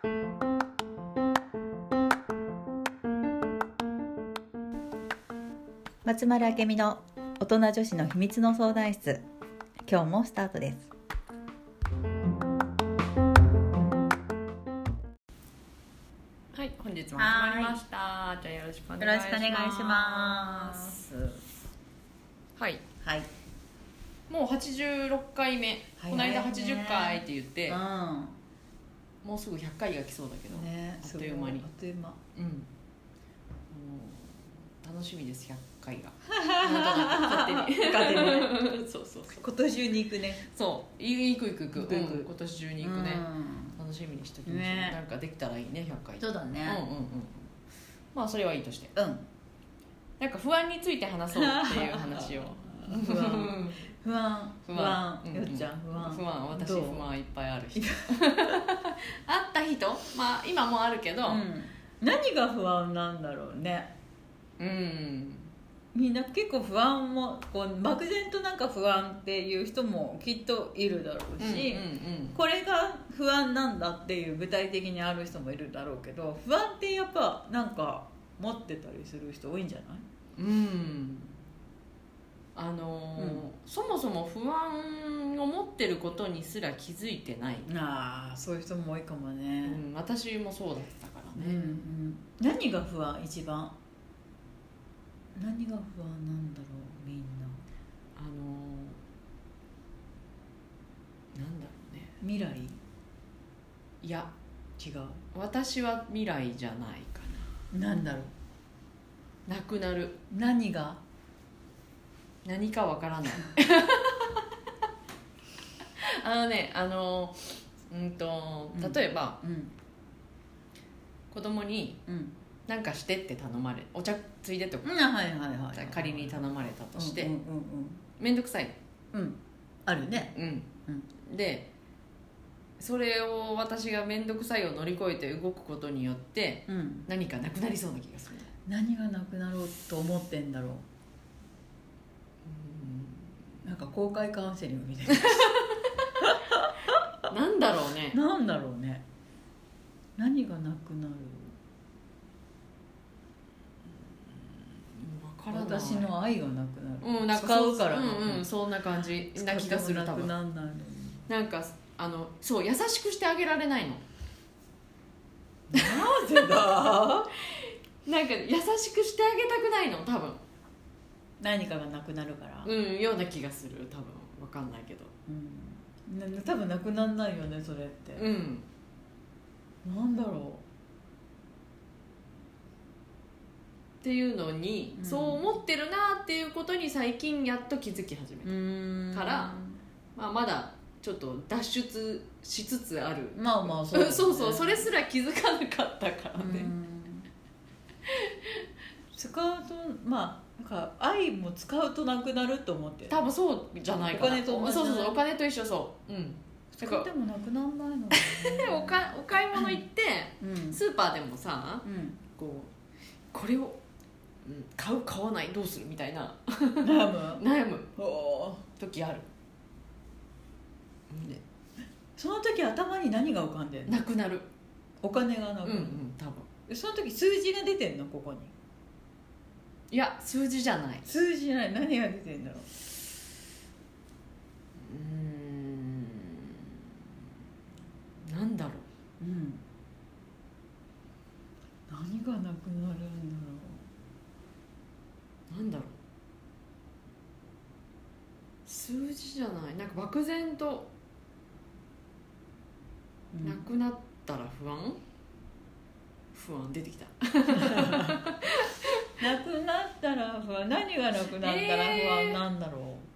松丸明美の大人女子の秘密の相談室、今日もスタートです。 はい、本日も始まりました。じゃあよろしくお願いします。はい、 はい、 もう86回目、この間80回って言って、もうすぐ100回が来そうだけど、ね、あっという間に、 あっという間、 楽しみです。100回が勝手にそう今年中に行くね。 そう行く、今年中に行くね、楽しみにしときましょう、ね、なんかできたらいいね、100回。 そうだね、 まあそれはいいとして、なんか不安について話そうっていう話を不安、よっちゃん不安、 私不安いっぱいある人あった人、まあ今もあるけど、 何が不安なんだろうね。みんな結構不安もこう漠然となんか不安っていう人もきっといるだろうし、これが不安なんだっていう具体的にある人もいるだろうけど、不安ってやっぱなんか持ってたりする人多いんじゃない？ そもそも不安を持ってることにすら気づいてない。 そういう人も多いかもね。 私もそうだったからね。 何が不安？一番何が不安なんだろう、みんな。なんだろうね。未来？ いや違う。 私は未来じゃないかな。なんだろう。 なくなる。 何が？ 何かわからない例えば、子供に何かしてって頼まれ、お茶ついでとか、仮に頼まれたとして、めんどくさい、 あるね、 でそれを私がめんどくさいを乗り越えて動くことによって、何かなくなりそうな気がする。 何がなくなろうと思ってんだろう。なんか公開カウンセリングみたいななんだろうね。 なんだろうね。何がなくなる？ わからない。 私の愛がなくなる。使うからな。 そんな感じな気がする。多分なんかそう優しくしてあげられないの。 なぜだ？ なんか優しくしてあげたくないの、多分。 何かがなくなるから。 ような気がする。多分わかんないけど。 多分なくならないよね、それって。なんだろうっていうのに、そう思ってるなっていうことに最近やっと気づき始めたから、まだちょっと脱出しつつある。 そう、ね、 そうそれすら気づかなかったからね。 使うとなんか愛も使うとなくなると思ってる。 多分そうじゃないかな。お金と同じ。そうお金と一緒。 使ってもなくならないの、ね、 お買い物行って、スーパーでもさ、これを買わないどうするみたいな悩む時ある。 その時頭に何が浮かんでるの？なくなる。 お金がなくなる。 多分その時数字が出てんの？ここに。 いや、数字じゃない。 数字じゃない。何が出てんだろう。 なんだろう。 何がなくなるんだろう。 なんだろう。数字じゃない。なんか漠然と、なくなったら不安出てきたなくなったら不安。何がなくなったら不安なんだろう。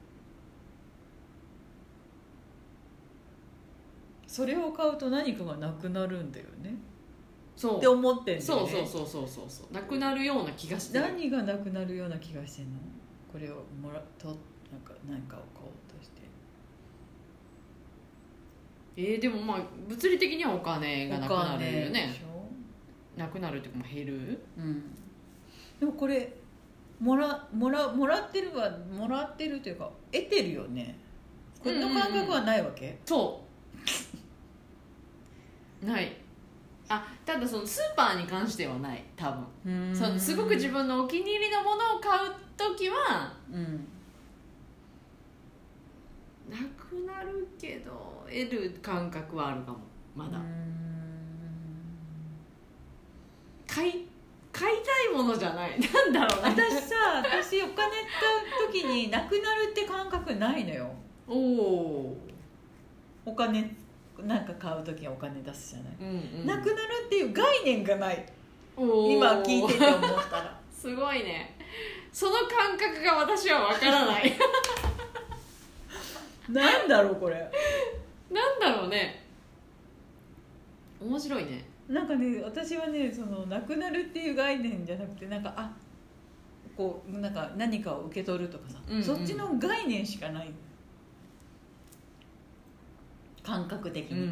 それを買うと何かがなくなるんだよね。そうって思ってんだよね。 そうなくなるような気がしてる。 何がなくなるような気がしてんの？これを何かを買おうとして。 でも物理的にはお金がなくなるよね。なくなるっていうか減る。でもこれもらってるというか得てるよね。この感覚はないわけ？ そうない。 ただそのスーパーに関してはない多分。そのすごく自分のお気に入りのものを買う時は、なくなるけど得る感覚はあるかもまだ。買いたいものじゃない。なんだろうね。 私お金使う時になくなるって感覚ないのよ。お金なんか買う時にお金出すじゃない、なくなるっていう概念がない。今聞いてて思ったらすごいね。その感覚が私は分からないなんだろうこれ。 なんだろうね。面白いね。 なんかね、私はね、そのなくなるっていう概念じゃなくて、なんかこうなんか何かを受け取るとかさ、そっちの概念しかない、感覚的に、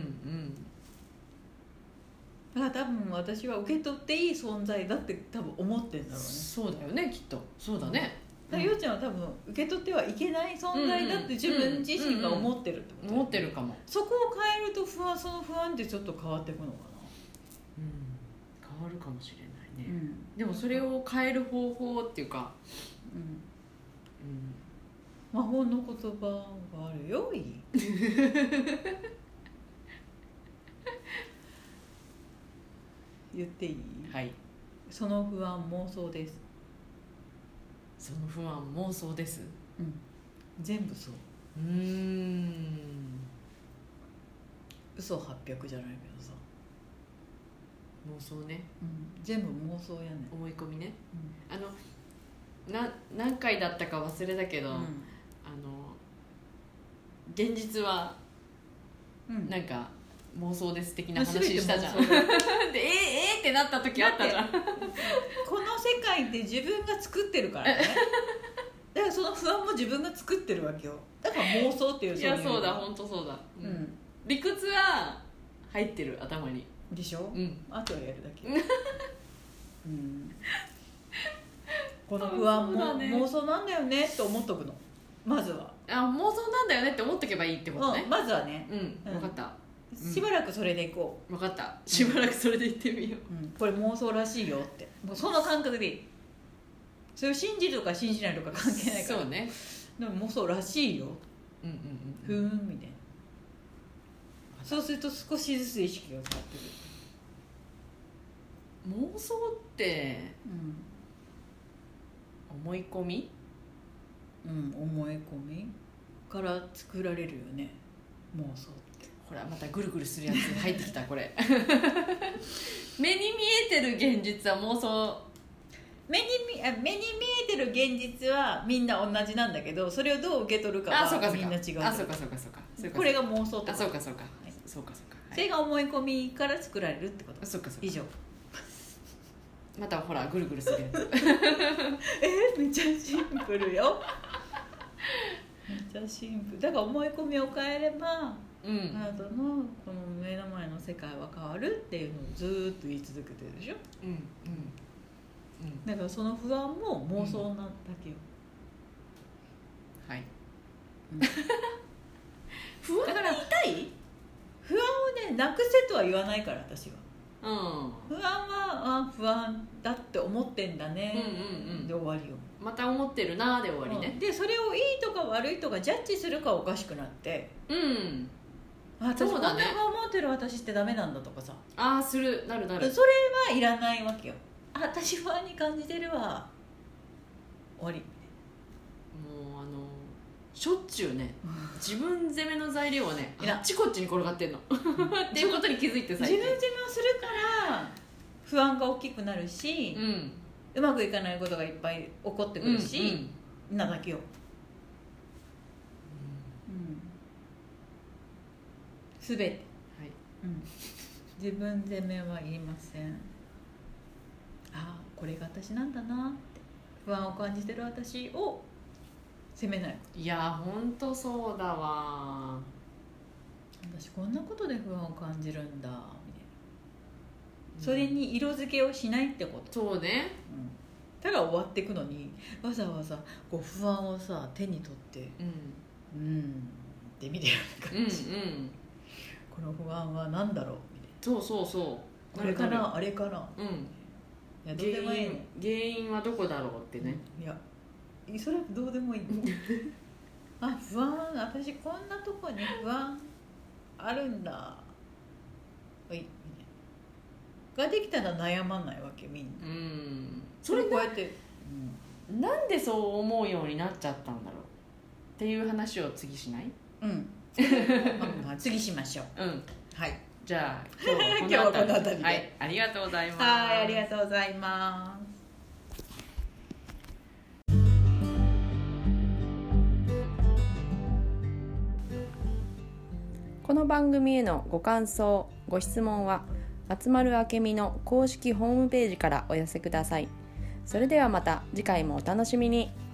だから多分私は受け取っていい存在だって多分思ってるんだろうね。 そうだよね、きっと。そうだね。 ようちゃんは多分受け取ってはいけない存在だって自分自身が思ってるってこと、 思ってるかも。 そこを変えるとその不安ってちょっと変わっていくのかな。 変わるかもしれないね、でもそれを変える方法っていうか、 魔法の言葉があるよ。言っていい？ はい。 その不安妄想です。 その不安妄想です。 全部そう。嘘800じゃないけどさ。 妄想ね、 全部妄想やね。 思い込みね、何回だったか忘れたけど、現実はなんか妄想です的な話したじゃんでってなった時あったじゃんこの世界って自分が作ってるからねだからその不安も自分が作ってるわけよ。だから妄想っていう。 いやそうだ、本当そうだ、理屈は入ってる頭にでしょ、あとはやるだけこの不安も妄想なんだよねって思っとくの。まずは妄想なんだよねって思っとけばいいってことね、 まずはね。 分かった、 しばらくそれでいこう。分かった、しばらくそれでいってみよう、 これ妄想らしいよって、もうその感覚でいい。それを信じるとか信じないとか関係ないから。 そうね。 でも妄想らしいよ、ふーんみたいな。そうすると少しずつ意識が変わってくる。 妄想って、思い込み、 思い込みから作られるよね、妄想って。 ほらまたぐるぐるするやつ入ってきたこれ目に見えてる現実は妄想。 目に見えてる現実はみんな同じなんだけど、それをどう受け取るかはみんな違う。 そうかこれが妄想ってこと。 そうか、 それが思い込みから作られるってこと。 そうか以上。 またほらぐるぐるするやつめっちゃシンプルよめっちゃシンプルだから、思い込みを変えれば、あなたのこの目の前の世界は変わるっていうのをずーっと言い続けてるでしょ。だからその不安も妄想なだけよ、 はい、 不安だから痛い不安をねなくせとは言わないから、私は。不安は不安だって思ってんだね、で終わりよ。 また思ってるなで終わりね、 でそれをいいとか悪いとかジャッジするかおかしくなって、私こんな思ってる私ってダメなんだとかさ、 する、なるそれはいらないわけよ。私不安に感じてるわ、終わり。 もうしょっちゅうね、自分責めの材料はねあっちこっちに転がってんのっていうことに気づいて、最近自分責めをするから不安が大きくなるし、うまくいかないことがいっぱい起こってくるし、なだけよ。すべて、自分責めはいりません。これが私なんだなって、不安を感じてる私を責めない。 いや本当そうだわ。 私こんなことで不安を感じるんだみたいな、それに色付けをしないってこと。 そうね、 ただ終わっていくのに、わざわざこう不安をさ手に取ってって見てる感じ、この不安は何だろうみたいな。 そうこれかなあれかな、 いやどうでもいい原因はどこだろうってね。 いやそれはどうでもいいあ、不安、私こんなとこに不安あるんだができたら悩まないわけみんな。 それこうやって、なんでそう思うようになっちゃったんだろうっていう話を次しない？ 次しましょう。はい。 じゃあ今日はこの辺りで、はい、ありがとうございます。 はい、ありがとうございます。 この番組へのご感想、ご質問は松丸あけみの公式ホームページからお寄せください。それではまた次回もお楽しみに。